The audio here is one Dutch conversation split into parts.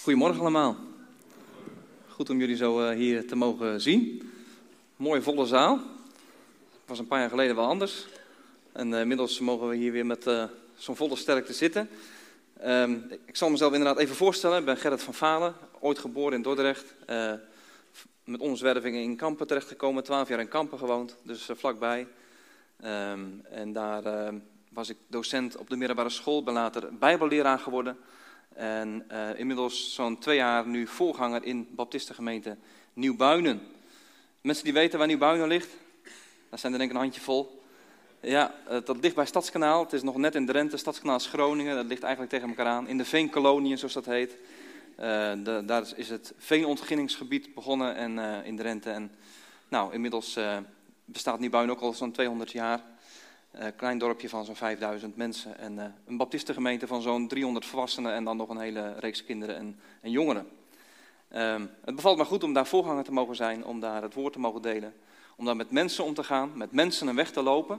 Goedemorgen allemaal. Goed om jullie zo hier te mogen zien. Mooie volle zaal. Het was een paar jaar geleden wel anders. En inmiddels mogen we hier weer met zo'n volle sterkte zitten. Ik zal mezelf inderdaad even voorstellen. Ik ben Gerrit van Valen, ooit geboren in Dordrecht. Met omzwervingen in Kampen terechtgekomen, 12 jaar in Kampen gewoond, dus vlakbij. En daar was ik docent op de middelbare school, ben later bijbelleraar geworden. En inmiddels zo'n 2 jaar nu voorganger in Baptistengemeente Nieuwbuinen. Mensen die weten waar Nieuwbuinen ligt, dat zijn er denk ik een handjevol. Ja, dat ligt bij Stadskanaal. Het is nog net in Drenthe, Stadskanaal is Groningen. Dat ligt eigenlijk tegen elkaar aan. In de Veenkoloniën, zoals dat heet. Daar is het veenontginningsgebied begonnen in Drenthe. En nou, inmiddels bestaat Nieuwbuinen ook al zo'n 200 jaar. Klein dorpje van zo'n 5000 mensen. En een baptistengemeente van zo'n 300 volwassenen en dan nog een hele reeks kinderen en jongeren. Het bevalt me goed om daar voorganger te mogen zijn, om daar het woord te mogen delen. Om daar met mensen om te gaan, met mensen een weg te lopen.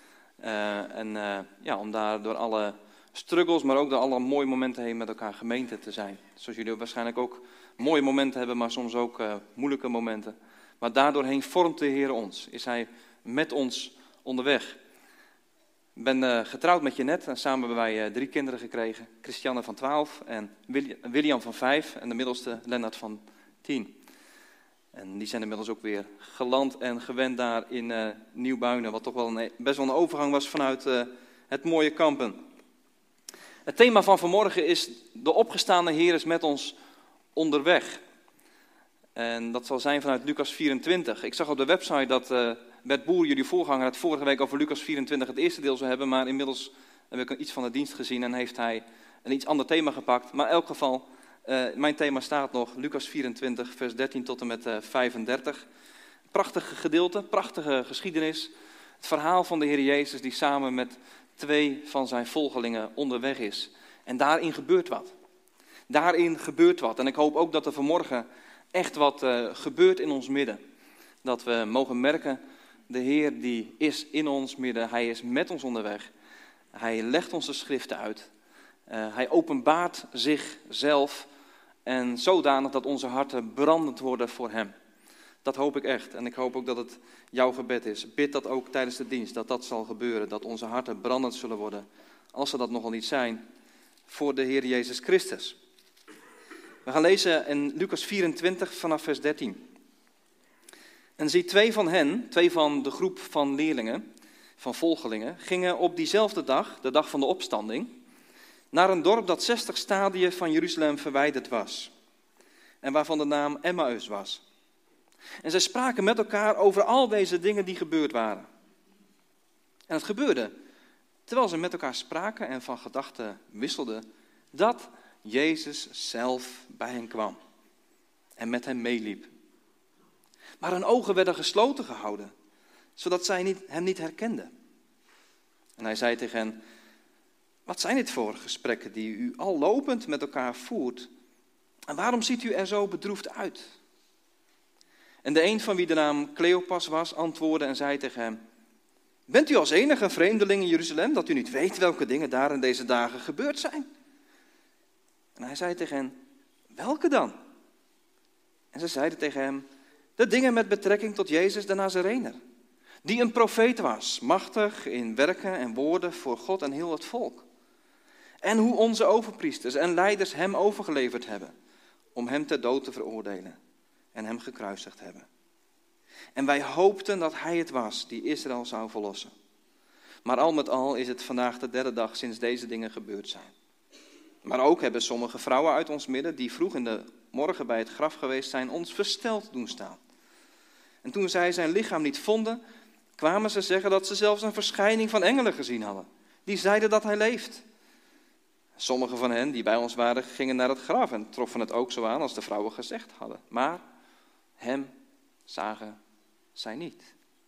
Om daar door alle struggles, maar ook door alle mooie momenten heen met elkaar gemeente te zijn. Zoals jullie waarschijnlijk ook mooie momenten hebben, maar soms ook moeilijke momenten. Maar daardoorheen vormt de Heer ons, is Hij met ons onderweg. Ik ben getrouwd met Jeannette en samen hebben wij 3 kinderen gekregen. Christiane van 12 en William van 5 en de middelste Lennart van 10. En die zijn inmiddels ook weer geland en gewend daar in Nieuwbuinen, wat toch wel best wel een overgang was vanuit het mooie Kampen. Het thema van vanmorgen is: de opgestane Heer is met ons onderweg. En dat zal zijn vanuit Lucas 24. Ik zag op de website dat Bert Boer, jullie voorganger, het vorige week over Lucas 24 het eerste deel zou hebben. Maar inmiddels heb ik iets van de dienst gezien en heeft hij een iets ander thema gepakt. Maar in elk geval, mijn thema staat nog, Lucas 24, vers 13 tot en met 35. Prachtige gedeelte, prachtige geschiedenis. Het verhaal van de Heer Jezus die samen met 2 van zijn volgelingen onderweg is. En daarin gebeurt wat. Daarin gebeurt wat. En ik hoop ook dat er vanmorgen echt wat gebeurt in ons midden. Dat we mogen merken, de Heer die is in ons midden. Hij is met ons onderweg. Hij legt ons de schriften uit. Hij openbaart zichzelf. En zodanig dat onze harten brandend worden voor Hem. Dat hoop ik echt. En ik hoop ook dat het jouw gebed is. Bid dat ook tijdens de dienst, dat dat zal gebeuren. Dat onze harten brandend zullen worden. Als ze dat nogal niet zijn. Voor de Heer Jezus Christus. We gaan lezen in Lucas 24 vanaf vers 13. En zie 2 van hen, 2 van de groep van leerlingen, van volgelingen, gingen op diezelfde dag, de dag van de opstanding, naar een dorp dat 60 stadien van Jeruzalem verwijderd was. En waarvan de naam Emmaus was. En zij spraken met elkaar over al deze dingen die gebeurd waren. En het gebeurde, terwijl ze met elkaar spraken en van gedachten wisselden, dat Jezus zelf bij hen kwam en met hen meeliep. Maar hun ogen werden gesloten gehouden, zodat zij hem niet herkenden. En hij zei tegen hen: wat zijn dit voor gesprekken die u al lopend met elkaar voert? En waarom ziet u er zo bedroefd uit? En de een van wie de naam Cleopas was, antwoordde en zei tegen hem: bent u als enige vreemdeling in Jeruzalem dat u niet weet welke dingen daar in deze dagen gebeurd zijn? En hij zei tegen hen: welke dan? En ze zeiden tegen hem: de dingen met betrekking tot Jezus de Nazarener, die een profeet was, machtig in werken en woorden voor God en heel het volk. En hoe onze overpriesters en leiders hem overgeleverd hebben, om hem ter dood te veroordelen en hem gekruisigd hebben. En wij hoopten dat hij het was die Israël zou verlossen. Maar al met al is het vandaag de 3e dag sinds deze dingen gebeurd zijn. Maar ook hebben sommige vrouwen uit ons midden, die vroeg in de morgen bij het graf geweest zijn, ons versteld doen staan. En toen zij zijn lichaam niet vonden, kwamen ze zeggen dat ze zelfs een verschijning van engelen gezien hadden. Die zeiden dat hij leeft. Sommige van hen die bij ons waren, gingen naar het graf en troffen het ook zo aan als de vrouwen gezegd hadden. Maar hem zagen zij niet.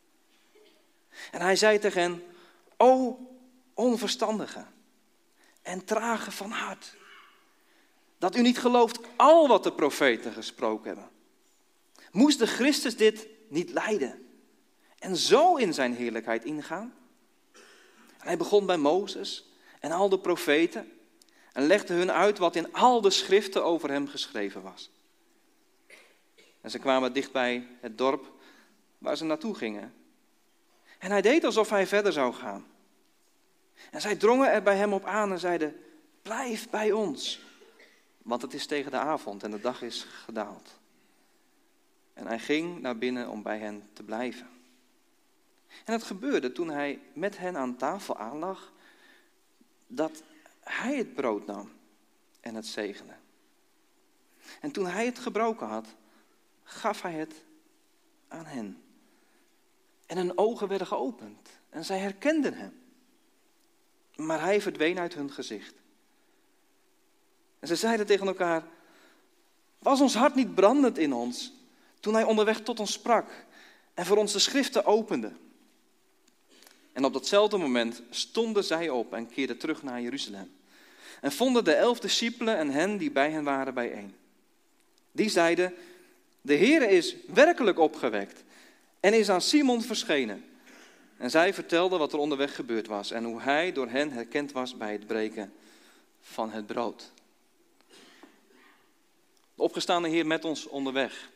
En hij zei tegen hen: o onverstandigen en trage van hart, dat u niet gelooft al wat de profeten gesproken hebben. Moest de Christus dit niet lijden en zo in zijn heerlijkheid ingaan? En hij begon bij Mozes en al de profeten. en legde hun uit wat in al de schriften over hem geschreven was. En ze kwamen dicht bij het dorp waar ze naartoe gingen. En hij deed alsof hij verder zou gaan. En zij drongen er bij hem op aan en zeiden, blijf bij ons, want het is tegen de avond en de dag is gedaald. En hij ging naar binnen om bij hen te blijven. En het gebeurde toen hij met hen aan tafel aanlag, dat hij het brood nam en het zegende. En toen hij het gebroken had, gaf hij het aan hen. En hun ogen werden geopend en zij herkenden hem. Maar hij verdween uit hun gezicht. En ze zeiden tegen elkaar, was ons hart niet brandend in ons, toen hij onderweg tot ons sprak en voor ons de schriften opende? En op datzelfde moment stonden zij op en keerden terug naar Jeruzalem. En vonden de 11 discipelen en hen die bij hen waren bijeen. Die zeiden, de Heere is werkelijk opgewekt en is aan Simon verschenen. En zij vertelden wat er onderweg gebeurd was en hoe hij door hen herkend was bij het breken van het brood. De opgestane Heer met ons onderweg.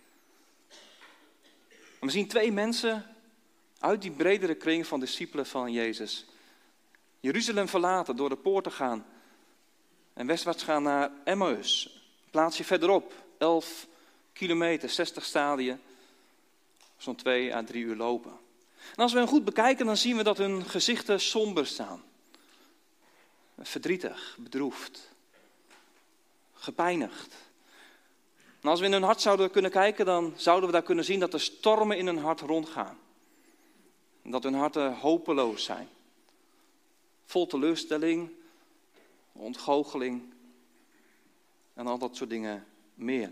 En we zien 2 mensen uit die bredere kring van discipelen van Jezus Jeruzalem verlaten, door de poort te gaan en westwaarts gaan naar Emmaus. Een plaatsje verderop, 11 kilometer, 60 stadien, zo'n 2 à 3 uur lopen. En als we hen goed bekijken, dan zien we dat hun gezichten somber staan. Verdrietig, bedroefd, gepijnigd. En als we in hun hart zouden kunnen kijken, dan zouden we daar kunnen zien dat er stormen in hun hart rondgaan. En dat hun harten hopeloos zijn. Vol teleurstelling, ontgoocheling en al dat soort dingen meer.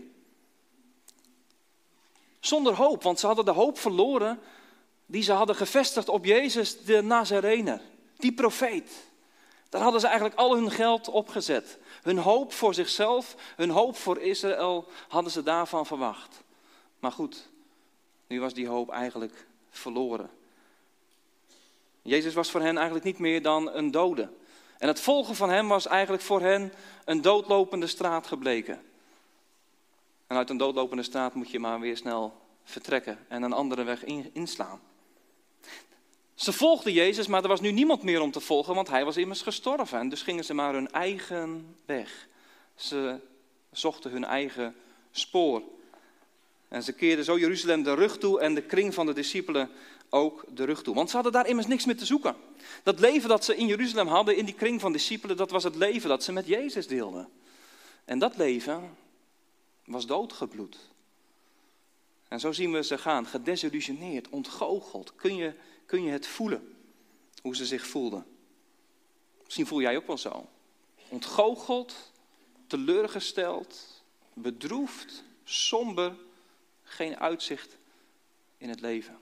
Zonder hoop, want ze hadden de hoop verloren die ze hadden gevestigd op Jezus de Nazarener, die profeet. Daar hadden ze eigenlijk al hun geld op gezet. Hun hoop voor zichzelf, hun hoop voor Israël hadden ze daarvan verwacht. Maar goed, nu was die hoop eigenlijk verloren. Jezus was voor hen eigenlijk niet meer dan een dode. En het volgen van hem was eigenlijk voor hen een doodlopende straat gebleken. En uit een doodlopende straat moet je maar weer snel vertrekken en een andere weg inslaan. Ze volgden Jezus, maar er was nu niemand meer om te volgen, want hij was immers gestorven. En dus gingen ze maar hun eigen weg. Ze zochten hun eigen spoor. En ze keerden zo Jeruzalem de rug toe en de kring van de discipelen ook de rug toe. Want ze hadden daar immers niks meer te zoeken. Dat leven dat ze in Jeruzalem hadden, in die kring van discipelen, dat was het leven dat ze met Jezus deelden. En dat leven was doodgebloed. En zo zien we ze gaan, gedesillusioneerd, ontgoocheld. Kun je het voelen, hoe ze zich voelden? Misschien voel jij ook wel zo. Ontgoocheld, teleurgesteld, bedroefd, somber, geen uitzicht in het leven.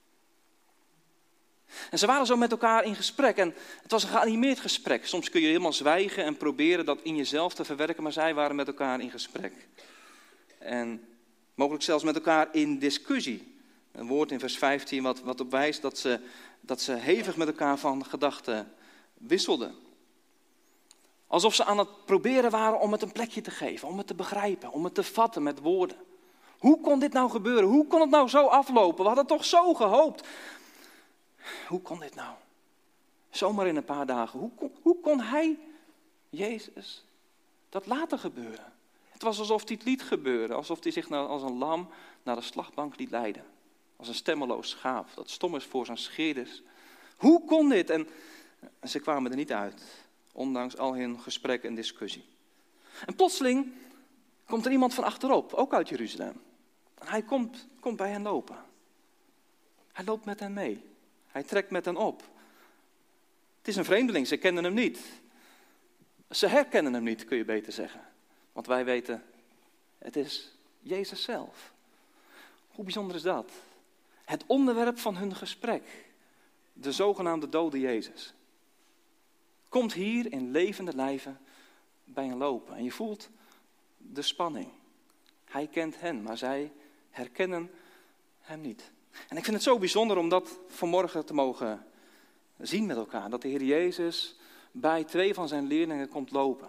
En ze waren zo met elkaar in gesprek en het was een geanimeerd gesprek. Soms kun je helemaal zwijgen en proberen dat in jezelf te verwerken, maar zij waren met elkaar in gesprek. En mogelijk zelfs met elkaar in discussie. Een woord in vers 15 wat op wijst dat ze hevig met elkaar van gedachten wisselden. Alsof ze aan het proberen waren om het een plekje te geven, om het te begrijpen, om het te vatten met woorden. Hoe kon dit nou gebeuren? Hoe kon het nou zo aflopen? We hadden toch zo gehoopt. Hoe kon dit nou? Zomaar in een paar dagen. Hoe kon hij, Jezus, dat laten gebeuren? Het was alsof hij het liet gebeuren. Alsof hij zich als een lam naar de slagbank liet leiden. Als een stemmeloos schaap dat stom is voor zijn scheerders. Hoe kon dit? En ze kwamen er niet uit. Ondanks al hun gesprek en discussie. En plotseling komt er iemand van achterop. Ook uit Jeruzalem. En hij komt bij hen lopen. Hij loopt met hen mee. Hij trekt met hen op. Het is een vreemdeling, ze kennen hem niet. Ze herkennen hem niet, kun je beter zeggen. Want wij weten, het is Jezus zelf. Hoe bijzonder is dat? Het onderwerp van hun gesprek, de zogenaamde dode Jezus, komt hier in levende lijven bij hen lopen. En je voelt de spanning. Hij kent hen, maar zij herkennen hem niet. En ik vind het zo bijzonder om dat vanmorgen te mogen zien met elkaar. Dat de Heer Jezus bij 2 van zijn leerlingen komt lopen.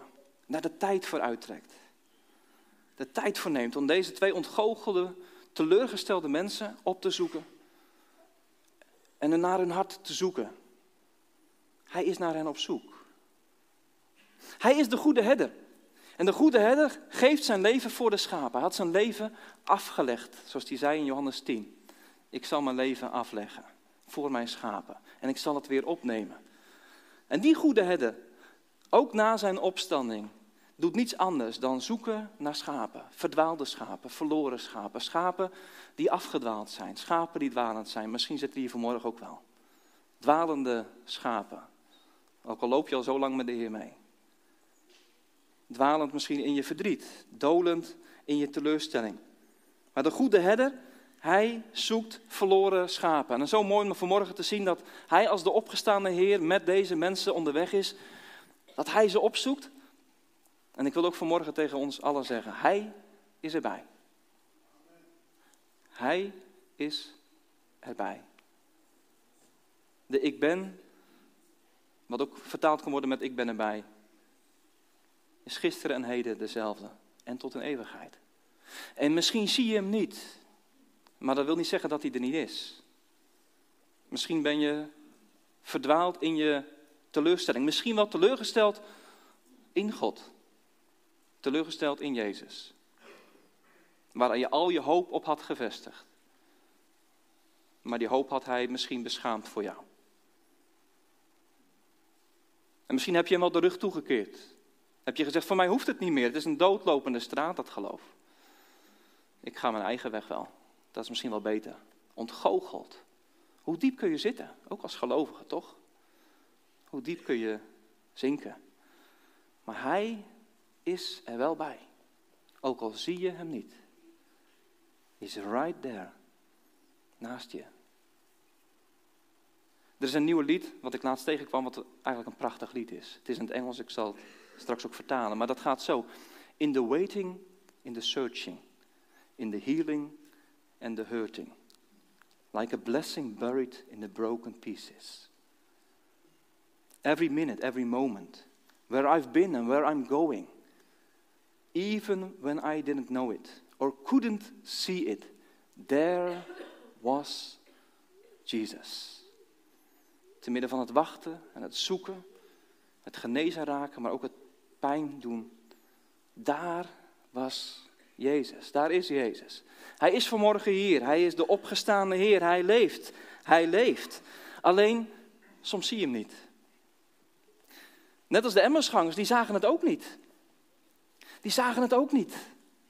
daar de tijd voor uittrekt. De tijd voor neemt om deze 2 ontgoochelde, teleurgestelde mensen op te zoeken. En er naar hun hart te zoeken. Hij is naar hen op zoek. Hij is de goede herder. En de goede herder geeft zijn leven voor de schapen. Hij had zijn leven afgelegd, zoals hij zei in Johannes 10. Ik zal mijn leven afleggen voor mijn schapen. En ik zal het weer opnemen. En die goede herder, ook na zijn opstanding, doet niets anders dan zoeken naar schapen. Verdwaalde schapen, verloren schapen. Schapen die afgedwaald zijn. Schapen die dwalend zijn. Misschien zitten hier vanmorgen ook wel. Dwalende schapen. Ook al loop je al zo lang met de Heer mee. Dwalend misschien in je verdriet. Dolend in je teleurstelling. Maar de goede herder, hij zoekt verloren schapen. En het is zo mooi om vanmorgen te zien dat hij als de opgestaande Heer met deze mensen onderweg is. Dat hij ze opzoekt. En ik wil ook vanmorgen tegen ons allen zeggen, hij is erbij. Hij is erbij. De ik ben, wat ook vertaald kan worden met ik ben erbij, is gisteren en heden dezelfde. En tot een eeuwigheid. En misschien zie je hem niet, maar dat wil niet zeggen dat hij er niet is. Misschien ben je verdwaald in je teleurstelling. Misschien wel teleurgesteld in God. Teleurgesteld in Jezus. Waar je al je hoop op had gevestigd. Maar die hoop had hij misschien beschaamd voor jou. En misschien heb je hem wel de rug toegekeerd. Heb je gezegd, voor mij hoeft het niet meer. Het is een doodlopende straat, dat geloof. Ik ga mijn eigen weg wel. Dat is misschien wel beter. Ontgoocheld. Hoe diep kun je zitten? Ook als gelovige, toch? Hoe diep kun je zinken? Maar hij is er wel bij. Ook al zie je hem niet. He's right there. Naast je. Er is een nieuw lied, wat ik laatst tegenkwam, wat eigenlijk een prachtig lied is. Het is in het Engels, ik zal het straks ook vertalen. Maar dat gaat zo. In the waiting, in the searching. In the healing and the hurting. Like a blessing buried in the broken pieces. Every minute, every moment. Where I've been and where I'm going. Even when I didn't know it. Or couldn't see it. There was Jesus. Te midden van het wachten en het zoeken. Het genezen raken, maar ook het pijn doen. Daar was Jezus. Daar is Jezus. Hij is vanmorgen hier. Hij is de opgestaande Heer. Hij leeft. Hij leeft. Alleen, soms zie je hem niet. Net als de Emmausgangers, die zagen het ook niet. Die zagen het ook niet.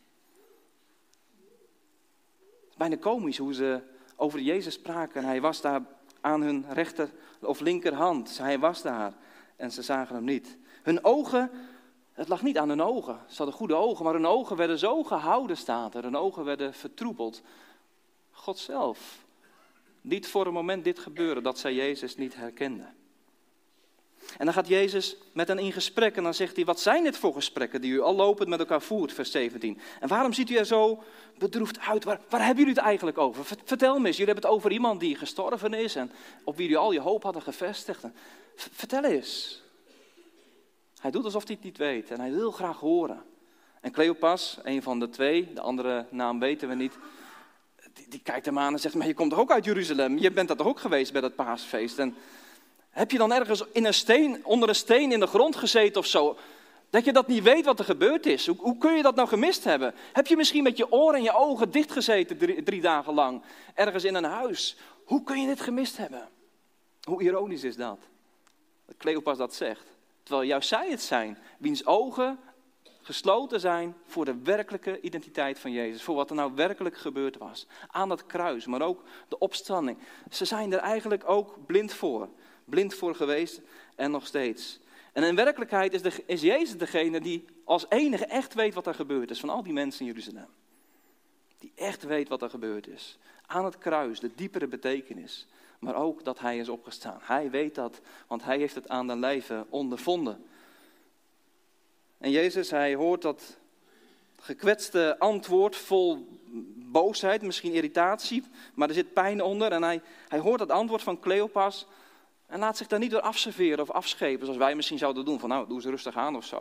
Het is bijna komisch hoe ze over Jezus spraken. En hij was daar aan hun rechter of linkerhand. Hij was daar. En ze zagen hem niet. Hun ogen, het lag niet aan hun ogen. Ze hadden goede ogen, maar hun ogen werden zo gehouden, staat er. Hun ogen werden vertroebeld. God zelf liet voor een moment dit gebeuren, dat zij Jezus niet herkenden. En dan gaat Jezus met hen in gesprek en dan zegt hij, wat zijn dit voor gesprekken die u al lopend met elkaar voert, vers 17. En waarom ziet u er zo bedroefd uit? Waar hebben jullie het eigenlijk over? Vertel me eens, jullie hebben het over iemand die gestorven is en op wie jullie al je hoop hadden gevestigd. Vertel eens. Hij doet alsof hij het niet weet en hij wil graag horen. En Cleopas, een van de 2, de andere naam weten we niet, die kijkt hem aan en zegt, maar je komt toch ook uit Jeruzalem? Je bent daar toch ook geweest bij dat paasfeest? En heb je dan ergens onder een steen in de grond gezeten of zo? Dat je dat niet weet wat er gebeurd is. Hoe kun je dat nou gemist hebben? Heb je misschien met je oren en je ogen dichtgezeten 3 dagen lang? Ergens in een huis. Hoe kun je dit gemist hebben? Hoe ironisch is dat? Dat Cleopas dat zegt. Terwijl juist zij het zijn. Wiens ogen gesloten zijn voor de werkelijke identiteit van Jezus. Voor wat er nou werkelijk gebeurd was. Aan dat kruis, maar ook de opstanding. Ze zijn er eigenlijk ook blind voor. Blind voor geweest en nog steeds. En in werkelijkheid is Jezus degene die als enige echt weet wat er gebeurd is. Van al die mensen in Jeruzalem. Die echt weet wat er gebeurd is. Aan het kruis, de diepere betekenis. Maar ook dat hij is opgestaan. Hij weet dat, want hij heeft het aan de lijve ondervonden. En Jezus, hij hoort dat gekwetste antwoord vol boosheid, misschien irritatie. Maar er zit pijn onder en hij hoort dat antwoord van Cleopas. En laat zich daar niet door afserveren of afschepen, zoals wij misschien zouden doen. Van nou, doe ze rustig aan of zo.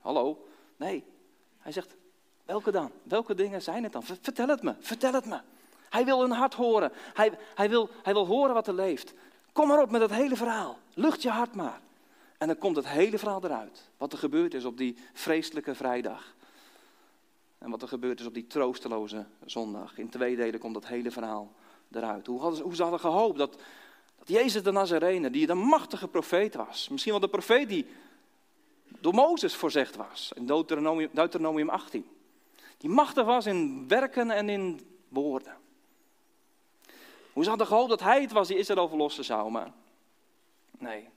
Hallo? Nee, hij zegt, welke dan? Welke dingen zijn het dan? Vertel het me, vertel het me. Hij wil hun hart horen. Hij wil horen wat er leeft. Kom maar op met het hele verhaal. Lucht je hart maar. En dan komt het hele verhaal eruit. Wat er gebeurd is op die vreselijke vrijdag. En wat er gebeurd is op die troosteloze zondag. In 2 delen komt dat hele verhaal eruit. Hoe ze hadden gehoopt dat Jezus de Nazarene, die een machtige profeet was. Misschien wel de profeet die door Mozes voorzegd was. In Deuteronomium 18. Die machtig was in werken en in woorden. Hoe ze hadden gehoopt dat hij het was die Israël verlossen zou. Maar nee.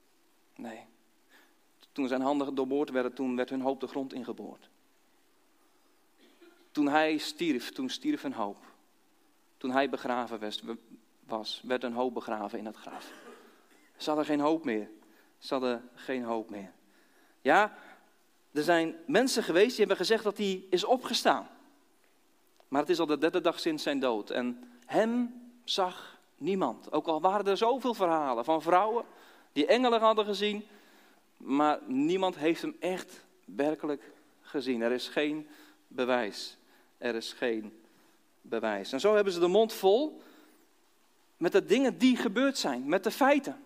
Toen zijn handen doorboord werden, toen werd hun hoop de grond ingeboord. Toen hij stierf, toen stierf hun hoop. Toen hij begraven was, werd hun hoop begraven in het graf. Ze hadden geen hoop meer. Ja, er zijn mensen geweest die hebben gezegd dat hij is opgestaan. Maar het is al de 3e dag sinds zijn dood. En hem zag niemand. Ook al waren er zoveel verhalen van vrouwen die engelen hadden gezien. Maar niemand heeft hem echt werkelijk gezien. Er is geen bewijs. En zo hebben ze de mond vol met de dingen die gebeurd zijn. Met de feiten.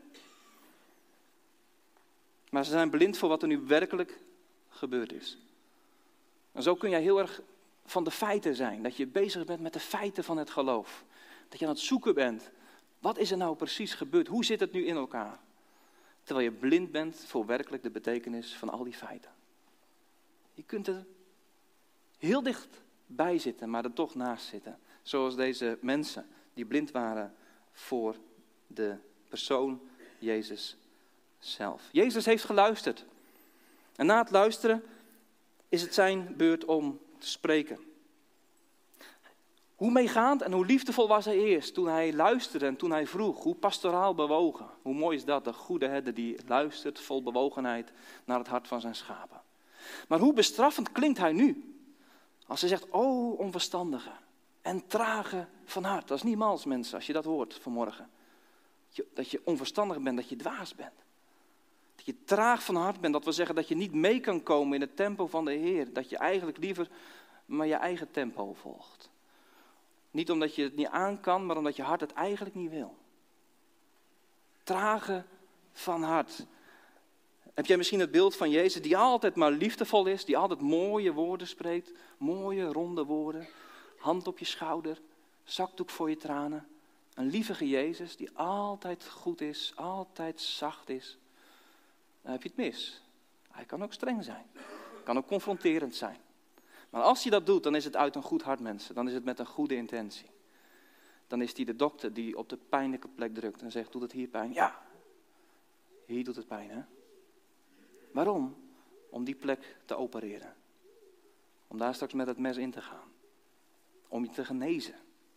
Maar ze zijn blind voor wat er nu werkelijk gebeurd is. En zo kun jij heel erg van de feiten zijn. Dat je bezig bent met de feiten van het geloof. Dat je aan het zoeken bent. Wat is er nou precies gebeurd? Hoe zit het nu in elkaar? Terwijl je blind bent voor werkelijk de betekenis van al die feiten. Je kunt er heel dicht bij zitten, maar er toch naast zitten. Zoals deze mensen die blind waren voor de persoon Jezus zelf. Jezus heeft geluisterd. En na het luisteren is het zijn beurt om te spreken. Hoe meegaand en hoe liefdevol was hij eerst toen hij luisterde en toen hij vroeg. Hoe pastoraal bewogen. Hoe mooi is dat, de goede herder die luistert vol bewogenheid naar het hart van zijn schapen. Maar hoe bestraffend klinkt hij nu? Als hij zegt, o onverstandige en trage van hart. Dat is niet mals, mensen, als je dat hoort vanmorgen. Dat je onverstandig bent, dat je dwaas bent. Dat je traag van hart bent, dat wil zeggen dat je niet mee kan komen in het tempo van de Heer. Dat je eigenlijk liever maar je eigen tempo volgt. Niet omdat je het niet aan kan, maar omdat je hart het eigenlijk niet wil. Trage van hart. Heb jij misschien het beeld van Jezus die altijd maar liefdevol is, die altijd mooie woorden spreekt, mooie ronde woorden, hand op je schouder, zakdoek voor je tranen. Een lievige Jezus die altijd goed is, altijd zacht is. Dan heb je het mis. Hij kan ook streng zijn, kan ook confronterend zijn. Maar als hij dat doet, dan is het uit een goed hart, mensen. Dan is het met een goede intentie. Dan is hij de dokter die op de pijnlijke plek drukt en zegt, doet het hier pijn? Ja, hier doet het pijn, hè? Waarom? Om die plek te opereren. Om daar straks met het mes in te gaan. Om je te genezen.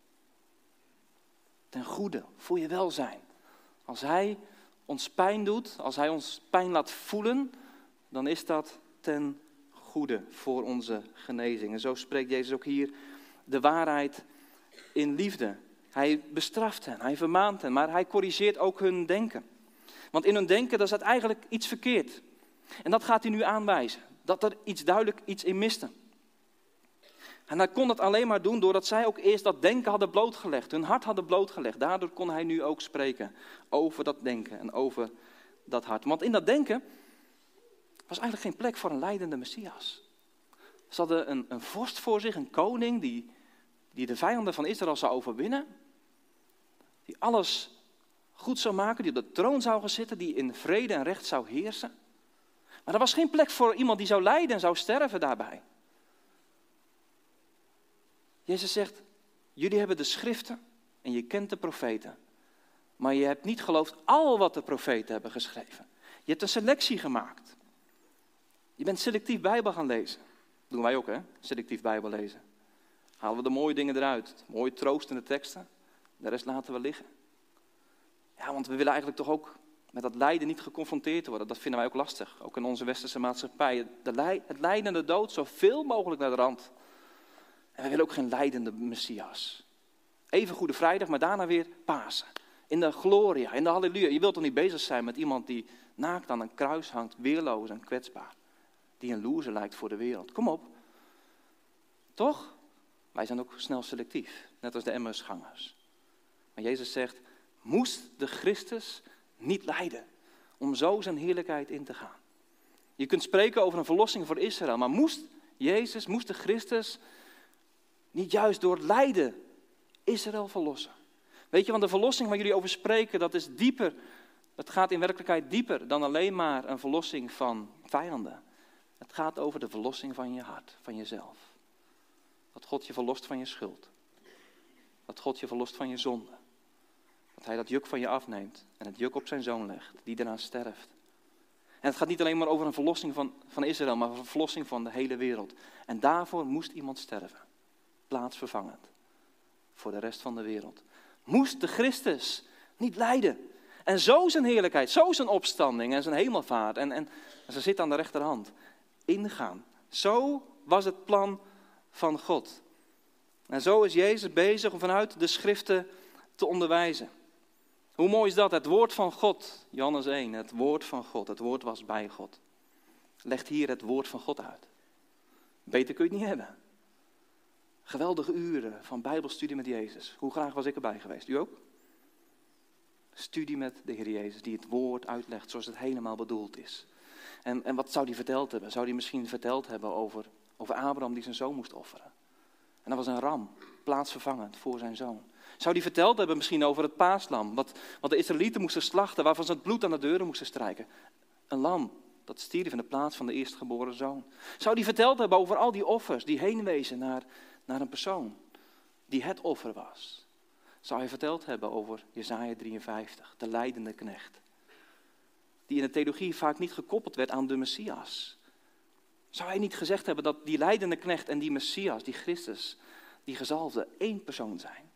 Ten goede, voor je welzijn. Als hij ons pijn doet, als hij ons pijn laat voelen, dan is dat ten goede voor onze genezing. En zo spreekt Jezus ook hier de waarheid in liefde. Hij bestraft hen, hij vermaant hen, maar hij corrigeert ook hun denken. Want in hun denken, daar zat eigenlijk iets verkeerd. En dat gaat hij nu aanwijzen. Dat er duidelijk iets in miste. En hij kon dat alleen maar doen doordat zij ook eerst dat denken hadden blootgelegd. Hun hart hadden blootgelegd. Daardoor kon hij nu ook spreken over dat denken en over dat hart. Want in dat denken was eigenlijk geen plek voor een leidende Messias. Ze hadden een vorst voor zich, een koning die de vijanden van Israël zou overwinnen. Die alles goed zou maken, die op de troon zou gaan zitten, die in vrede en recht zou heersen. Maar er was geen plek voor iemand die zou lijden en zou sterven daarbij. Jezus zegt, jullie hebben de schriften en je kent de profeten. Maar je hebt niet geloofd al wat de profeten hebben geschreven. Je hebt een selectie gemaakt. Je bent selectief Bijbel gaan lezen. Dat doen wij ook, hè? Selectief Bijbel lezen. Halen we de mooie dingen eruit. Mooie troostende teksten. De rest laten we liggen. Ja, want we willen eigenlijk toch ook met dat lijden niet geconfronteerd worden. Dat vinden wij ook lastig. Ook in onze westerse maatschappij. Het lijden en de dood zoveel mogelijk naar de rand. En we willen ook geen lijdende Messias. Even Goede Vrijdag, maar daarna weer Pasen. In de gloria, in de halleluja. Je wilt toch niet bezig zijn met iemand die naakt aan een kruis hangt, weerloos en kwetsbaar. die een loser lijkt voor de wereld. Kom op. Toch? Wij zijn ook snel selectief, net als de Emmausgangers. Maar Jezus zegt, moest de Christus niet lijden om zo zijn heerlijkheid in te gaan? Je kunt spreken over een verlossing voor Israël, maar moest de Christus niet juist door het lijden Israël verlossen? Weet je, want de verlossing waar jullie over spreken, dat is dieper. Het gaat in werkelijkheid dieper dan alleen maar een verlossing van vijanden. Het gaat over de verlossing van je hart, van jezelf. Dat God je verlost van je schuld. Dat God je verlost van je zonde. Dat hij dat juk van je afneemt en het juk op zijn zoon legt, die eraan sterft. En het gaat niet alleen maar over een verlossing van Israël, maar een verlossing van de hele wereld. En daarvoor moest iemand sterven, plaatsvervangend, voor de rest van de wereld. Moest de Christus niet lijden. En zo zijn heerlijkheid, zo zijn opstanding en zijn hemelvaart. En ze zit aan de rechterhand. Ingaan. Zo was het plan van God. En zo is Jezus bezig om vanuit de schriften te onderwijzen. Hoe mooi is dat? Het woord van God, Johannes 1, het woord van God, het woord was bij God. Legt hier het woord van God uit. Beter kun je het niet hebben. Geweldige uren van bijbelstudie met Jezus. Hoe graag was ik erbij geweest? U ook? Studie met de Heer Jezus, die het woord uitlegt zoals het helemaal bedoeld is. En wat zou hij verteld hebben? Zou hij misschien verteld hebben over Abraham die zijn zoon moest offeren? En dat was een ram, plaatsvervangend voor zijn zoon. Zou hij verteld hebben misschien over het paaslam, wat de Israëlieten moesten slachten, waarvan ze het bloed aan de deuren moesten strijken? Een lam, dat stierf in de plaats van de eerstgeboren zoon. Zou hij verteld hebben over al die offers die heen wezen naar een persoon die het offer was? Zou hij verteld hebben over Jesaja 53, de lijdende knecht, die in de theologie vaak niet gekoppeld werd aan de Messias? Zou hij niet gezegd hebben dat die lijdende knecht en die Messias, die Christus, die gezalfde, één persoon zijn?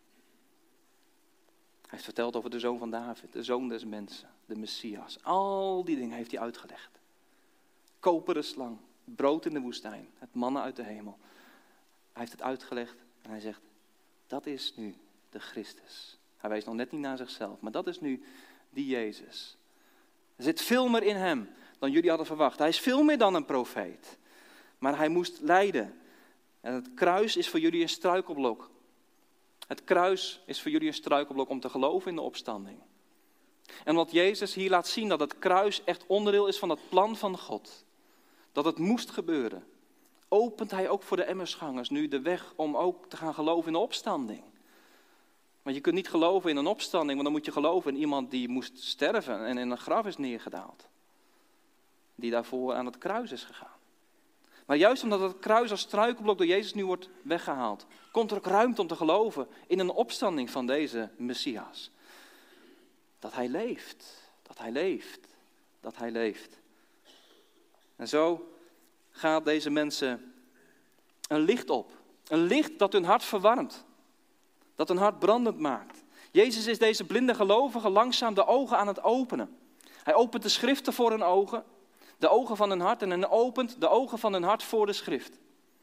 Hij heeft verteld over de zoon van David, de zoon des mensen, de Messias. Al die dingen heeft hij uitgelegd. Koperen slang, brood in de woestijn, het manna uit de hemel. Hij heeft het uitgelegd en hij zegt, dat is nu de Christus. Hij wijst nog net niet naar zichzelf, maar dat is nu die Jezus. Er zit veel meer in hem dan jullie hadden verwacht. Hij is veel meer dan een profeet. Maar hij moest lijden. En het kruis is voor jullie een struikelblok. Het kruis is voor jullie een struikelblok om te geloven in de opstanding. En omdat Jezus hier laat zien dat het kruis echt onderdeel is van het plan van God. Dat het moest gebeuren. Opent hij ook voor de Emmausgangers nu de weg om ook te gaan geloven in de opstanding. Want je kunt niet geloven in een opstanding, want dan moet je geloven in iemand die moest sterven en in een graf is neergedaald. Die daarvoor aan het kruis is gegaan. Maar juist omdat het kruis als struikelblok door Jezus nu wordt weggehaald, komt er ook ruimte om te geloven in een opstanding van deze Messias. Dat hij leeft, dat hij leeft, dat hij leeft. En zo gaat deze mensen een licht op. Een licht dat hun hart verwarmt. Dat hun hart brandend maakt. Jezus is deze blinde gelovigen langzaam de ogen aan het openen. Hij opent de schriften voor hun ogen. De ogen van hun hart en hij opent de ogen van hun hart voor de schrift.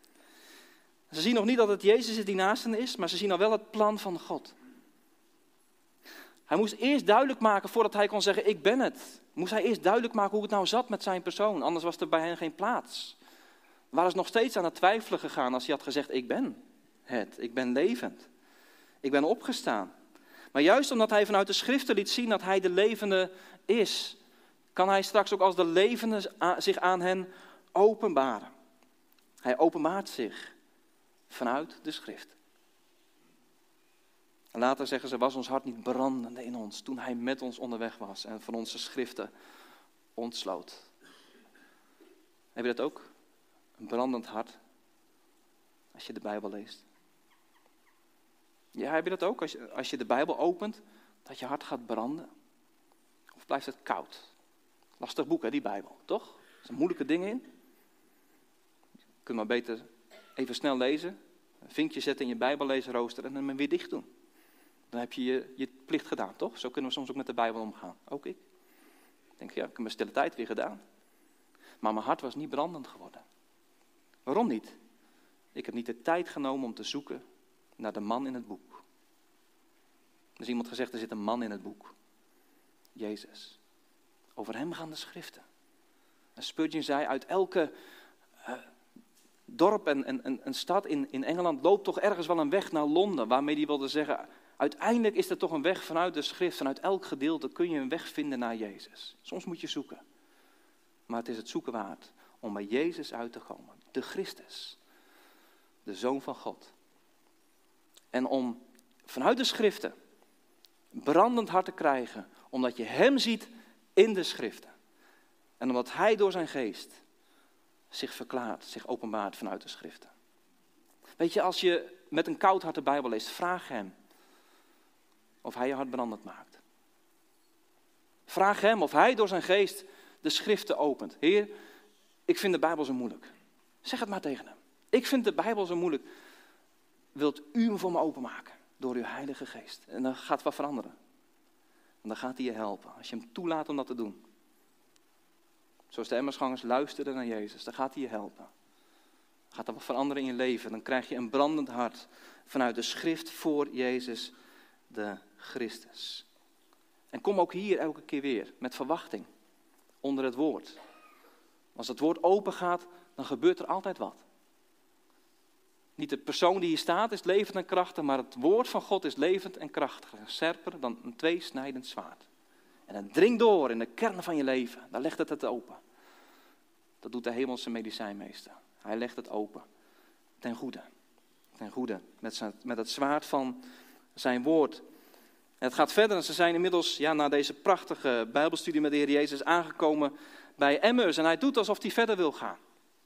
Ze zien nog niet dat het Jezus is die naast hen is, maar ze zien al wel het plan van God. Hij moest eerst duidelijk maken, voordat hij kon zeggen, ik ben het. Moest hij eerst duidelijk maken hoe het nou zat met zijn persoon, anders was er bij hen geen plaats. Waren ze nog steeds aan het twijfelen gegaan als hij had gezegd, ik ben het, ik ben levend. Ik ben opgestaan. Maar juist omdat hij vanuit de schriften liet zien dat hij de levende is, kan hij straks ook als de levende zich aan hen openbaren. Hij openbaart zich vanuit de schrift. En later zeggen ze, was ons hart niet brandende in ons toen hij met ons onderweg was en van onze schriften ontsloot. Heb je dat ook? Een brandend hart als je de Bijbel leest. Ja, heb je dat ook als je de Bijbel opent, dat je hart gaat branden? Of blijft het koud? Lastig boek hè, die Bijbel, toch? Er zijn moeilijke dingen in. Je kunt maar beter even snel lezen, een vinkje zetten in je Bijbellezenrooster en hem weer dicht doen. Dan heb je je plicht gedaan, toch? Zo kunnen we soms ook met de Bijbel omgaan. Ook ik. Ik denk, ja, ik heb mijn stille tijd weer gedaan. Maar mijn hart was niet brandend geworden. Waarom niet? Ik heb niet de tijd genomen om te zoeken naar de man in het boek. Er is iemand gezegd, er zit een man in het boek. Jezus. Over hem gaan de schriften. En Spurgeon zei, uit elke dorp en een stad in Engeland loopt toch ergens wel een weg naar Londen. Waarmee hij wilde zeggen, uiteindelijk is er toch een weg vanuit de schrift, vanuit elk gedeelte kun je een weg vinden naar Jezus. Soms moet je zoeken. Maar het is het zoeken waard om bij Jezus uit te komen. De Christus, de Zoon van God. En om vanuit de schriften een brandend hart te krijgen, omdat je hem ziet in de schriften. En omdat hij door zijn geest zich verklaart, zich openbaart vanuit de schriften. Weet je, als je met een koud hart de Bijbel leest, vraag hem of hij je hart brandend maakt. Vraag hem of hij door zijn geest de schriften opent. Heer, ik vind de Bijbel zo moeilijk. Zeg het maar tegen hem. Ik vind de Bijbel zo moeilijk. Wilt u hem voor me openmaken door uw Heilige Geest? En dan gaat wat veranderen. En dan gaat hij je helpen, als je hem toelaat om dat te doen. Zoals de Emmausgangers luisterden naar Jezus, dan gaat hij je helpen. Gaat er wat veranderen in je leven, dan krijg je een brandend hart vanuit de schrift voor Jezus de Christus. En kom ook hier elke keer weer met verwachting onder het woord. Als het woord open gaat, dan gebeurt er altijd wat. Niet de persoon die hier staat is levend en krachtig, maar het woord van God is levend en krachtig. Scherper dan een tweesnijdend zwaard. En het dringt door in de kern van je leven. Daar legt het open. Dat doet de hemelse medicijnmeester. Hij legt het open. Ten goede. Ten goede. Met het zwaard van zijn woord. En het gaat verder. En ze zijn inmiddels na deze prachtige Bijbelstudie met de Heer Jezus aangekomen bij Emmaus. En hij doet alsof hij verder wil gaan.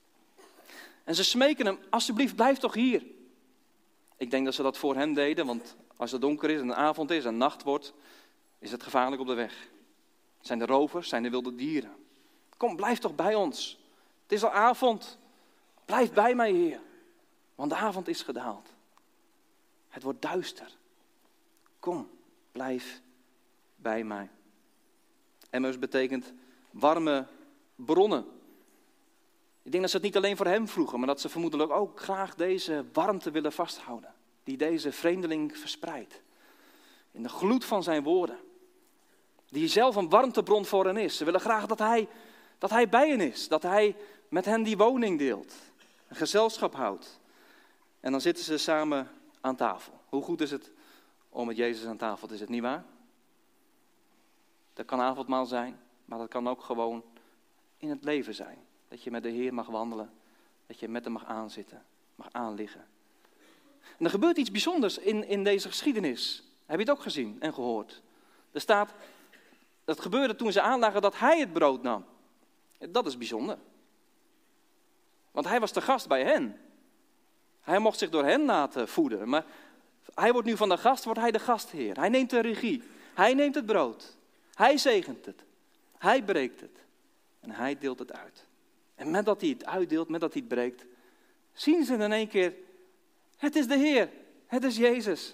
En ze smeken hem, alsjeblieft, blijf toch hier. Ik denk dat ze dat voor hem deden, want als het donker is en een avond is en nacht wordt, is het gevaarlijk op de weg. Zijn er rovers, zijn er wilde dieren. Kom, blijf toch bij ons. Het is al avond. Blijf bij mij, Heer. Want de avond is gedaald. Het wordt duister. Kom, blijf bij mij. Emmaus betekent warme bronnen. Ik denk dat ze het niet alleen voor hem vroegen, maar dat ze vermoedelijk ook graag deze warmte willen vasthouden. Die deze vreemdeling verspreidt. In de gloed van zijn woorden. Die zelf een warmtebron voor hen is. Ze willen graag dat hij bij hen is. Dat hij met hen die woning deelt. Een gezelschap houdt. En dan zitten ze samen aan tafel. Hoe goed is het om met Jezus aan tafel te zitten, niet waar? Dat kan avondmaal zijn, maar dat kan ook gewoon in het leven zijn. Dat je met de Heer mag wandelen. Dat je met hem mag aanzitten, mag aanliggen. En er gebeurt iets bijzonders in deze geschiedenis. Heb je het ook gezien en gehoord? Er staat, dat gebeurde toen ze aanlagen dat hij het brood nam. Dat is bijzonder. Want hij was de gast bij hen. Hij mocht zich door hen laten voeden. Maar hij wordt nu van de gast, wordt hij de gastheer. Hij neemt de regie. Hij neemt het brood. Hij zegent het. Hij breekt het. En hij deelt het uit. En met dat hij het uitdeelt, met dat hij het breekt, zien ze in één keer, het is de Heer. Het is Jezus.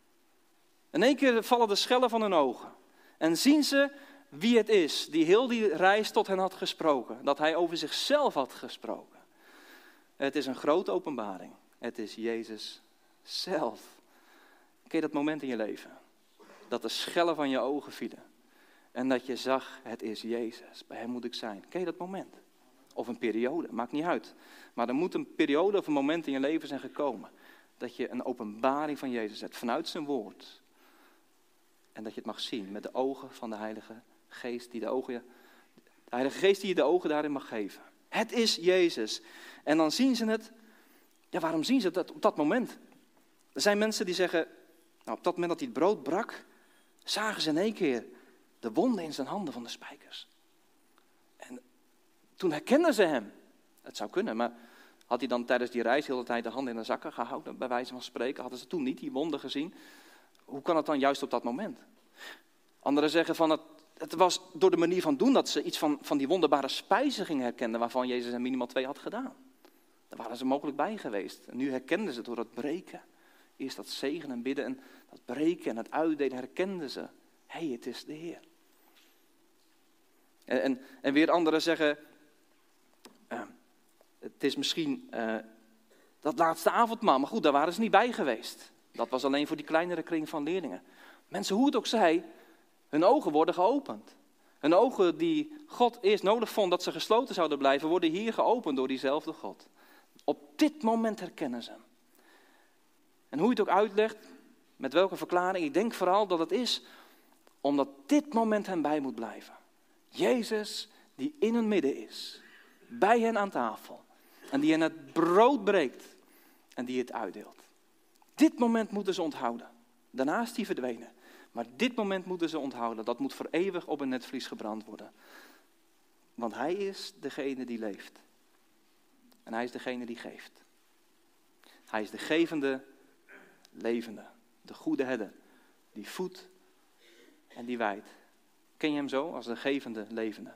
In één keer vallen de schellen van hun ogen. En zien ze wie het is die heel die reis tot hen had gesproken. Dat hij over zichzelf had gesproken. Het is een grote openbaring. Het is Jezus zelf. Ken je dat moment in je leven? Dat de schellen van je ogen vielen. En dat je zag, het is Jezus. Bij hem moet ik zijn. Ken je dat moment? Of een periode, maakt niet uit. Maar er moet een periode of een moment in je leven zijn gekomen. Dat je een openbaring van Jezus hebt vanuit zijn woord. En dat je het mag zien met de ogen van de Heilige Geest. De Heilige Geest die je de ogen daarin mag geven. Het is Jezus. En dan zien ze het. Ja, waarom zien ze het op dat moment? Er zijn mensen die zeggen, nou, op dat moment dat hij het brood brak, zagen ze in één keer de wonden in zijn handen van de spijkers. En toen herkenden ze hem. Het zou kunnen, maar had hij dan tijdens die reis heel de tijd de handen in de zakken gehouden, bij wijze van spreken? Hadden ze toen niet die wonden gezien? Hoe kan het dan juist op dat moment? Anderen zeggen van het was door de manier van doen dat ze iets van die wonderbare spijziging herkenden waarvan Jezus er minimaal 2 had gedaan. Daar waren ze mogelijk bij geweest. En nu herkenden ze door dat breken. Eerst dat zegen en bidden en dat breken en het uitdelen herkenden ze. Hé, het is de Heer. En weer anderen zeggen, het is misschien dat laatste avondmaal. Maar goed, daar waren ze niet bij geweest. Dat was alleen voor die kleinere kring van leerlingen. Mensen, hoe het ook zij, hun ogen worden geopend. Hun ogen die God eerst nodig vond dat ze gesloten zouden blijven, worden hier geopend door diezelfde God. Op dit moment herkennen ze hem. En hoe je het ook uitlegt, met welke verklaring, ik denk vooral dat het is omdat dit moment hen bij moet blijven. Jezus die in hun midden is, bij hen aan tafel. En die hen het brood breekt en die het uitdeelt. Dit moment moeten ze onthouden. Daarna is die verdwenen. Maar dit moment moeten ze onthouden. Dat moet voor eeuwig op een netvlies gebrand worden. Want hij is degene die leeft. En hij is degene die geeft. Hij is de gevende, levende. De goede herder. Die voedt en die weidt. Ken je hem zo als de gevende, levende?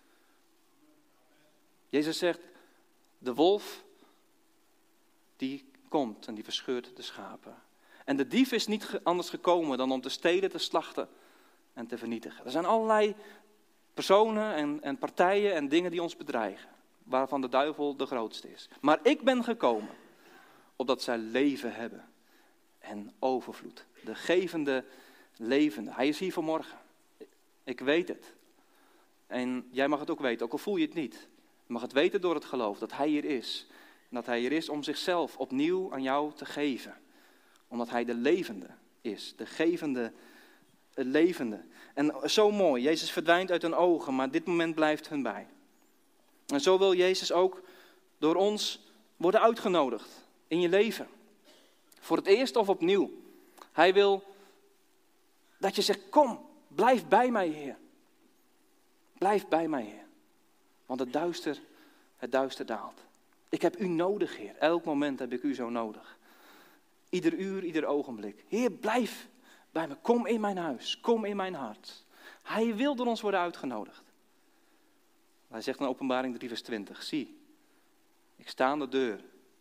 Jezus zegt, de wolf die komt en die verscheurt de schapen. En de dief is niet anders gekomen dan om te stelen, te slachten en te vernietigen. Er zijn allerlei personen en partijen en dingen die ons bedreigen. Waarvan de duivel de grootste is. Maar ik ben gekomen opdat zij leven hebben. En overvloed. De gevende, levende. Hij is hier vanmorgen. Ik weet het. En jij mag het ook weten, ook al voel je het niet. Je mag het weten door het geloof dat hij hier is. En dat hij hier is om zichzelf opnieuw aan jou te geven. Omdat hij de levende is. De gevende, levende. En zo mooi. Jezus verdwijnt uit hun ogen, maar dit moment blijft hun bij. En zo wil Jezus ook door ons worden uitgenodigd in je leven. Voor het eerst of opnieuw. Hij wil dat je zegt, kom, blijf bij mij, Heer. Blijf bij mij, Heer. Want het duister daalt. Ik heb u nodig, Heer. Elk moment heb ik u zo nodig. Ieder uur, ieder ogenblik. Heer, blijf bij me. Kom in mijn huis. Kom in mijn hart. Hij wil door ons worden uitgenodigd. Hij zegt in Openbaring 3 vers 20. Zie, ik sta aan de deur.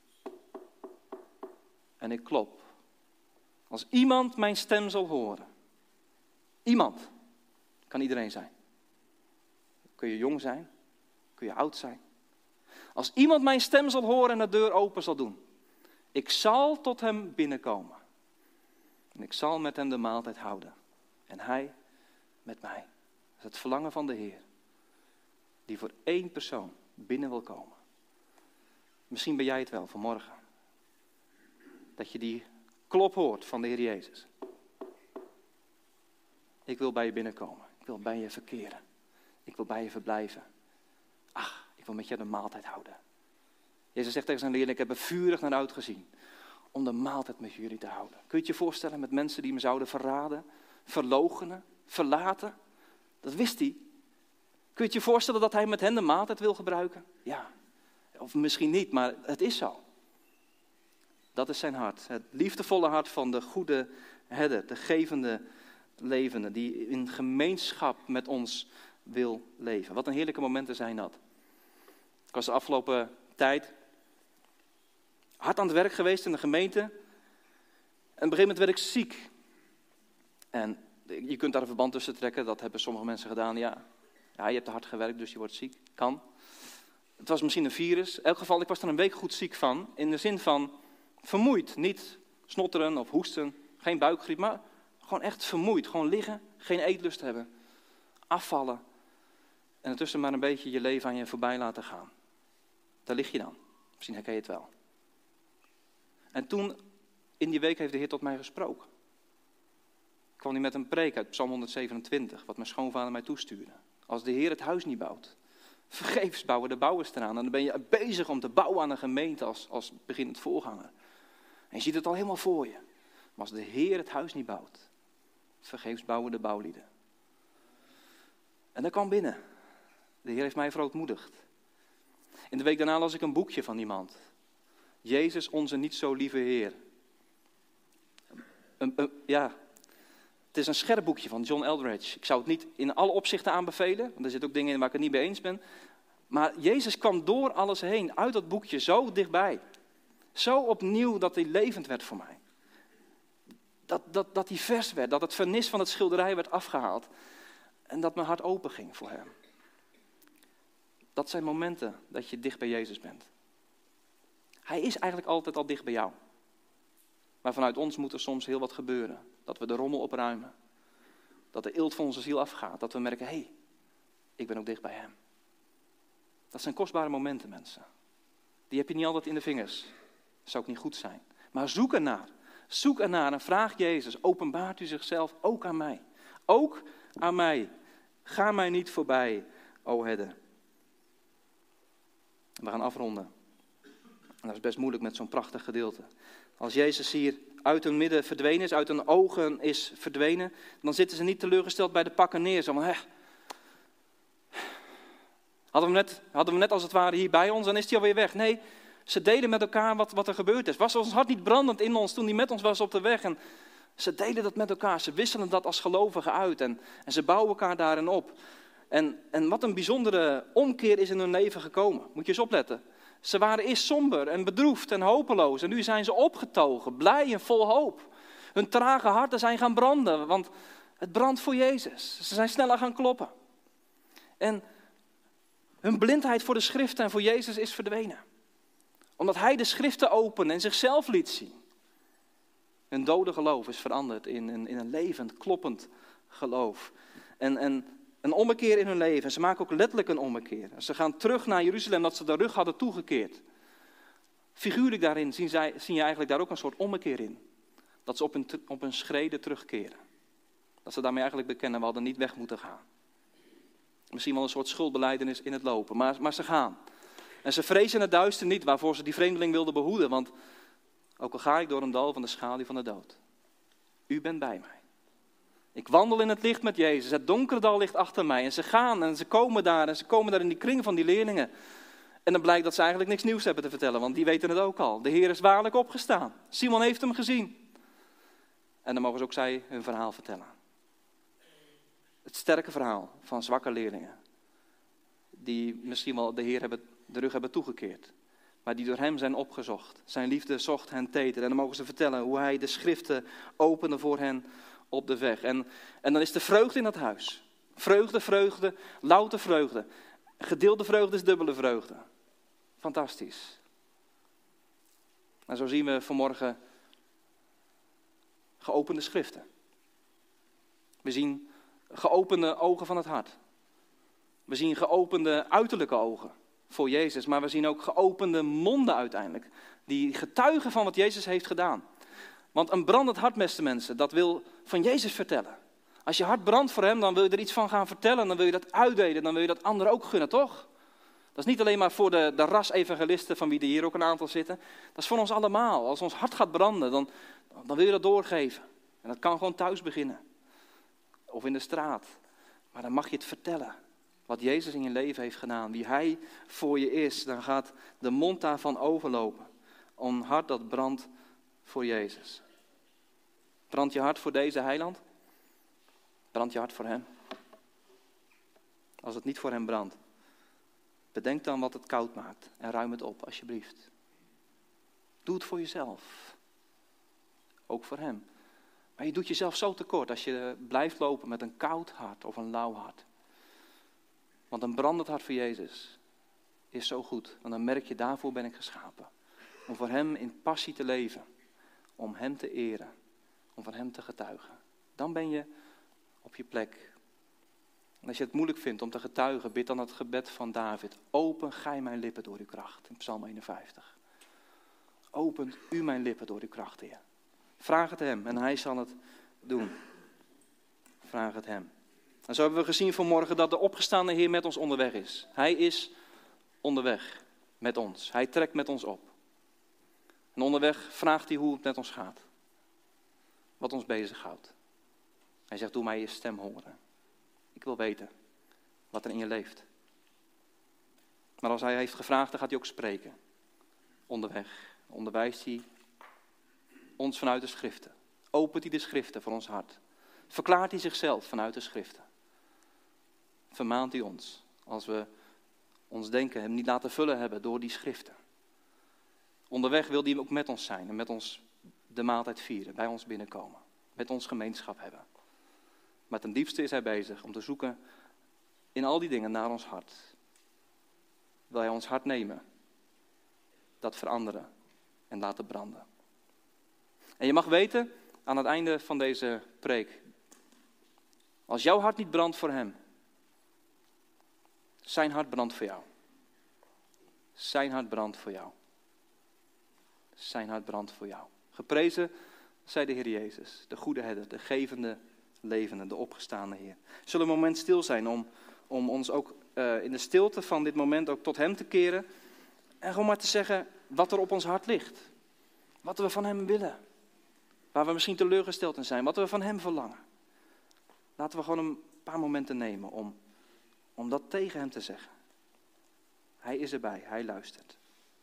En ik klop. Als iemand mijn stem zal horen. Iemand. Kan iedereen zijn. Kun je jong zijn. Kun je oud zijn. Als iemand mijn stem zal horen en de deur open zal doen. Ik zal tot hem binnenkomen. En ik zal met hem de maaltijd houden. En hij met mij. Dat is het verlangen van de Heer. Die voor één persoon binnen wil komen. Misschien ben jij het wel vanmorgen. Dat je die klop hoort van de Heer Jezus. Ik wil bij je binnenkomen. Ik wil bij je verkeren. Ik wil bij je verblijven. Ach, ik wil met je de maaltijd houden. Jezus zegt tegen zijn leerlingen, ik heb er vurig naar uitgezien om de maaltijd met jullie te houden. Kun je het je voorstellen met mensen die me zouden verraden, verloochenen, verlaten? Dat wist hij. Kun je het je voorstellen dat hij met hen de maaltijd wil gebruiken? Ja, of misschien niet, maar het is zo. Dat is zijn hart. Het liefdevolle hart van de goede herder, de gevende, levende, die in gemeenschap met ons wil leven. Wat een heerlijke momenten zijn dat. Ik was de afgelopen tijd hard aan het werk geweest in de gemeente. En op een gegeven moment werd ik ziek. En je kunt daar een verband tussen trekken, dat hebben sommige mensen gedaan. Ja, je hebt te hard gewerkt, dus je wordt ziek. Kan. Het was misschien een virus. In elk geval, ik was er een week goed ziek van. In de zin van vermoeid. Niet snotteren of hoesten. Geen buikgriep, maar gewoon echt vermoeid. Gewoon liggen, geen eetlust hebben. Afvallen. En ertussen maar een beetje je leven aan je voorbij laten gaan. Daar lig je dan. Misschien herken je het wel. En toen, in die week heeft de Heer tot mij gesproken. Ik kwam niet met een preek uit Psalm 127, wat mijn schoonvader mij toestuurde. Als de Heer het huis niet bouwt, vergeefs bouwen de bouwers eraan. En dan ben je bezig om te bouwen aan een gemeente als beginnend voorganger. En je ziet het al helemaal voor je. Maar als de Heer het huis niet bouwt, vergeefs bouwen de bouwlieden. En dat kwam binnen. De Heer heeft mij verootmoedigd. In de week daarna las ik een boekje van iemand. Jezus, onze niet zo lieve Heer. Het is een scherp boekje van John Eldredge. Ik zou het niet in alle opzichten aanbevelen, want er zitten ook dingen in waar ik het niet mee eens ben. Maar Jezus kwam door alles heen, uit dat boekje, zo dichtbij. Zo opnieuw dat hij levend werd voor mij. Dat hij vers werd, dat het vernis van het schilderij werd afgehaald. En dat mijn hart open ging voor hem. Dat zijn momenten dat je dicht bij Jezus bent. Hij is eigenlijk altijd al dicht bij jou. Maar vanuit ons moet er soms heel wat gebeuren. Dat we de rommel opruimen. Dat de eelt van onze ziel afgaat. Dat we merken, ik ben ook dicht bij hem. Dat zijn kostbare momenten, mensen. Die heb je niet altijd in de vingers. Dat zou ook niet goed zijn. Maar zoek ernaar. Zoek ernaar en vraag Jezus, openbaart u zichzelf ook aan mij. Ook aan mij. Ga mij niet voorbij, o herder. We gaan afronden. En dat is best moeilijk met zo'n prachtig gedeelte. Als Jezus hier uit hun midden verdwenen is, uit hun ogen is verdwenen, dan zitten ze niet teleurgesteld bij de pakken neer. Zo van, hadden we net als het ware hier bij ons, dan is hij alweer weg. Nee, ze delen met elkaar wat er gebeurd is. Was ons hart niet brandend in ons toen hij met ons was op de weg? En ze delen dat met elkaar, ze wisselen dat als gelovigen uit en ze bouwen elkaar daarin op. En wat een bijzondere omkeer is in hun leven gekomen. Moet je eens opletten. Ze waren eerst somber en bedroefd en hopeloos. En nu zijn ze opgetogen, blij en vol hoop. Hun trage harten zijn gaan branden, want het brandt voor Jezus. Ze zijn sneller gaan kloppen. En hun blindheid voor de schriften en voor Jezus is verdwenen. Omdat hij de schriften opende en zichzelf liet zien. Hun dode geloof is veranderd in een levend, kloppend geloof. En een ommekeer in hun leven. Ze maken ook letterlijk een ommekeer. Ze gaan terug naar Jeruzalem, dat ze de rug hadden toegekeerd. Figuurlijk daarin zie je eigenlijk daar ook een soort ommekeer in. Dat ze op hun schreden terugkeren. Dat ze daarmee eigenlijk bekennen, we hadden niet weg moeten gaan. Misschien wel een soort schuldbelijdenis in het lopen, maar ze gaan. En ze vrezen het duister niet, waarvoor ze die vreemdeling wilden behoeden. Want ook al ga ik door een dal van de schaduw van de dood. U bent bij mij. Ik wandel in het licht met Jezus. Het donkere dal ligt achter mij. En ze gaan en ze komen daar. En ze komen daar in die kring van die leerlingen. En dan blijkt dat ze eigenlijk niks nieuws hebben te vertellen. Want die weten het ook al. De Heer is waarlijk opgestaan. Simon heeft hem gezien. En dan mogen ze ook zij hun verhaal vertellen. Het sterke verhaal van zwakke leerlingen. Die misschien wel de Heer de rug hebben toegekeerd. Maar die door hem zijn opgezocht. Zijn liefde zocht hen teder. En dan mogen ze vertellen hoe hij de schriften opende voor hen op de weg. En dan is de vreugde in het huis. Vreugde, vreugde, louter vreugde. Gedeelde vreugde is dubbele vreugde. Fantastisch. En zo zien we vanmorgen geopende schriften. We zien geopende ogen van het hart. We zien geopende uiterlijke ogen voor Jezus. Maar we zien ook geopende monden uiteindelijk. Die getuigen van wat Jezus heeft gedaan. Want een brandend hart, beste mensen, dat wil van Jezus vertellen. Als je hart brandt voor hem, dan wil je er iets van gaan vertellen. Dan wil je dat uitdelen, dan wil je dat anderen ook gunnen, toch? Dat is niet alleen maar voor de ras-evangelisten, van wie er hier ook een aantal zitten. Dat is voor ons allemaal. Als ons hart gaat branden, dan wil je dat doorgeven. En dat kan gewoon thuis beginnen. Of in de straat. Maar dan mag je het vertellen. Wat Jezus in je leven heeft gedaan. Wie hij voor je is. Dan gaat de mond daarvan overlopen. Een hart dat brandt voor Jezus. Brandt je hart voor deze heiland? Brandt je hart voor hem? Als het niet voor hem brandt, bedenk dan wat het koud maakt en ruim het op, alsjeblieft. Doe het voor jezelf. Ook voor hem. Maar je doet jezelf zo tekort als je blijft lopen met een koud hart of een lauw hart. Want een brandend hart voor Jezus is zo goed. Want dan merk je, daarvoor ben ik geschapen. Om voor hem in passie te leven. Om hem te eren. Om van hem te getuigen. Dan ben je op je plek. En als je het moeilijk vindt om te getuigen, bid dan het gebed van David. Open gij mijn lippen door uw kracht. In Psalm 51. Opent u mijn lippen door uw kracht, Heer. Vraag het hem en hij zal het doen. Vraag het hem. En zo hebben we gezien vanmorgen dat de opgestaande Heer met ons onderweg is. Hij is onderweg met ons. Hij trekt met ons op. En onderweg vraagt hij hoe het met ons gaat. Wat ons bezighoudt. Hij zegt, doe mij je stem horen. Ik wil weten wat er in je leeft. Maar als hij heeft gevraagd, dan gaat hij ook spreken. Onderweg onderwijst hij ons vanuit de schriften. Opent hij de schriften voor ons hart. Verklaart hij zichzelf vanuit de schriften. Vermaant hij ons als we ons denken hem niet laten vullen hebben door die schriften. Onderweg wil hij ook met ons zijn en met ons de maaltijd vieren, bij ons binnenkomen. Met ons gemeenschap hebben. Maar ten diepste is hij bezig om te zoeken in al die dingen naar ons hart. Wil hij ons hart nemen, dat veranderen en laten branden. En je mag weten, aan het einde van deze preek, als jouw hart niet brandt voor hem, zijn hart brandt voor jou. Zijn hart brandt voor jou. zijn hart brandt voor jou. Geprezen zij de Heer Jezus, de goede herder, de gevende, levende, de opgestaande Heer. Zullen we een moment stil zijn om ons ook in de stilte van dit moment ook tot hem te keren. En gewoon maar te zeggen wat er op ons hart ligt. Wat we van hem willen. Waar we misschien teleurgesteld in zijn. Wat we van hem verlangen. Laten we gewoon een paar momenten nemen om dat tegen hem te zeggen. Hij is erbij, hij luistert.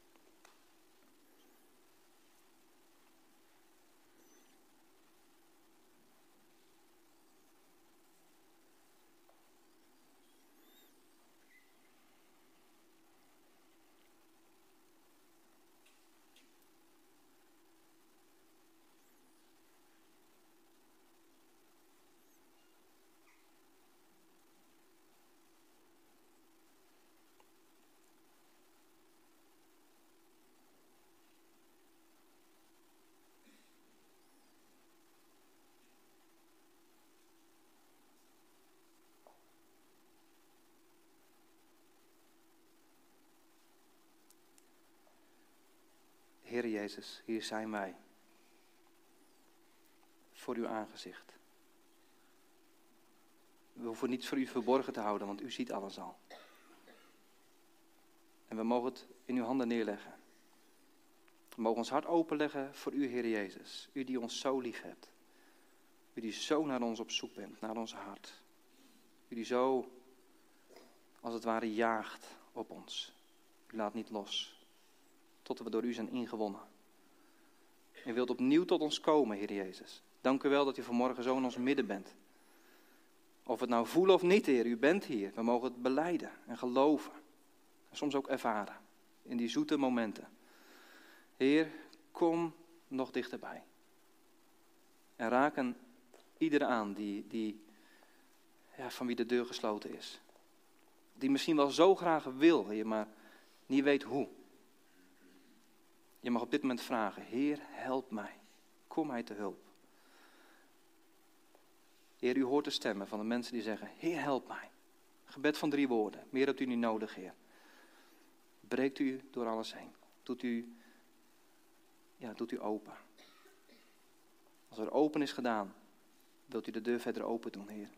Heer Jezus, hier zijn wij. Voor uw aangezicht. We hoeven niets voor u verborgen te houden, want u ziet alles al. En we mogen het in uw handen neerleggen. We mogen ons hart openleggen voor u, Heer Jezus. U die ons zo lief hebt. U die zo naar ons op zoek bent, naar ons hart. U die zo, als het ware, jaagt op ons. U laat niet los. Tot we door u zijn ingewonnen. U wilt opnieuw tot ons komen, Heer Jezus. Dank u wel dat u vanmorgen zo in ons midden bent. Of we het nou voelen of niet, Heer, u bent hier. We mogen het belijden en geloven. En soms ook ervaren. In die zoete momenten. Heer, kom nog dichterbij. En raken iedereen aan van wie de deur gesloten is. Die misschien wel zo graag wil, Heer, maar niet weet hoe. Je mag op dit moment vragen, Heer, help mij. Kom mij te hulp. Heer, u hoort de stemmen van de mensen die zeggen, Heer, help mij. Gebed van 3 woorden, meer hebt u niet nodig, Heer. Breekt u door alles heen. Doet u open. Als er open is gedaan, wilt u de deur verder open doen, Heer.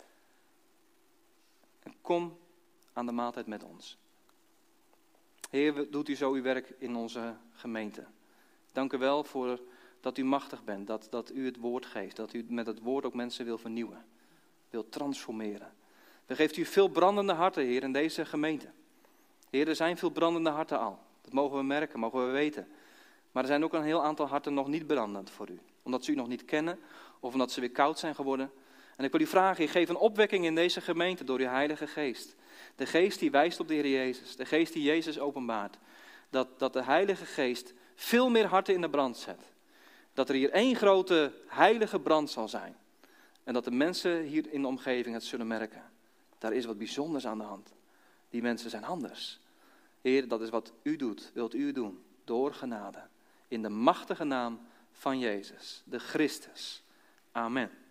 En kom aan de maaltijd met ons. Heer, doet u zo uw werk in onze gemeente. Dank u wel voor dat u machtig bent, dat u het woord geeft. Dat u met het woord ook mensen wil vernieuwen. Wil transformeren. Dan geeft u veel brandende harten, Heer, in deze gemeente. Heer, er zijn veel brandende harten al. Dat mogen we merken, mogen we weten. Maar er zijn ook een heel aantal harten nog niet brandend voor u. Omdat ze u nog niet kennen of omdat ze weer koud zijn geworden. En ik wil u vragen, Heer, geef een opwekking in deze gemeente door uw Heilige Geest. De geest die wijst op de Heer Jezus. De geest die Jezus openbaart. Dat de Heilige Geest veel meer harten in de brand zet. Dat er hier 1 grote heilige brand zal zijn. En dat de mensen hier in de omgeving het zullen merken. Daar is wat bijzonders aan de hand. Die mensen zijn anders. Heer, dat is wat u doet. Wilt u doen. Door genade. In de machtige naam van Jezus. De Christus. Amen.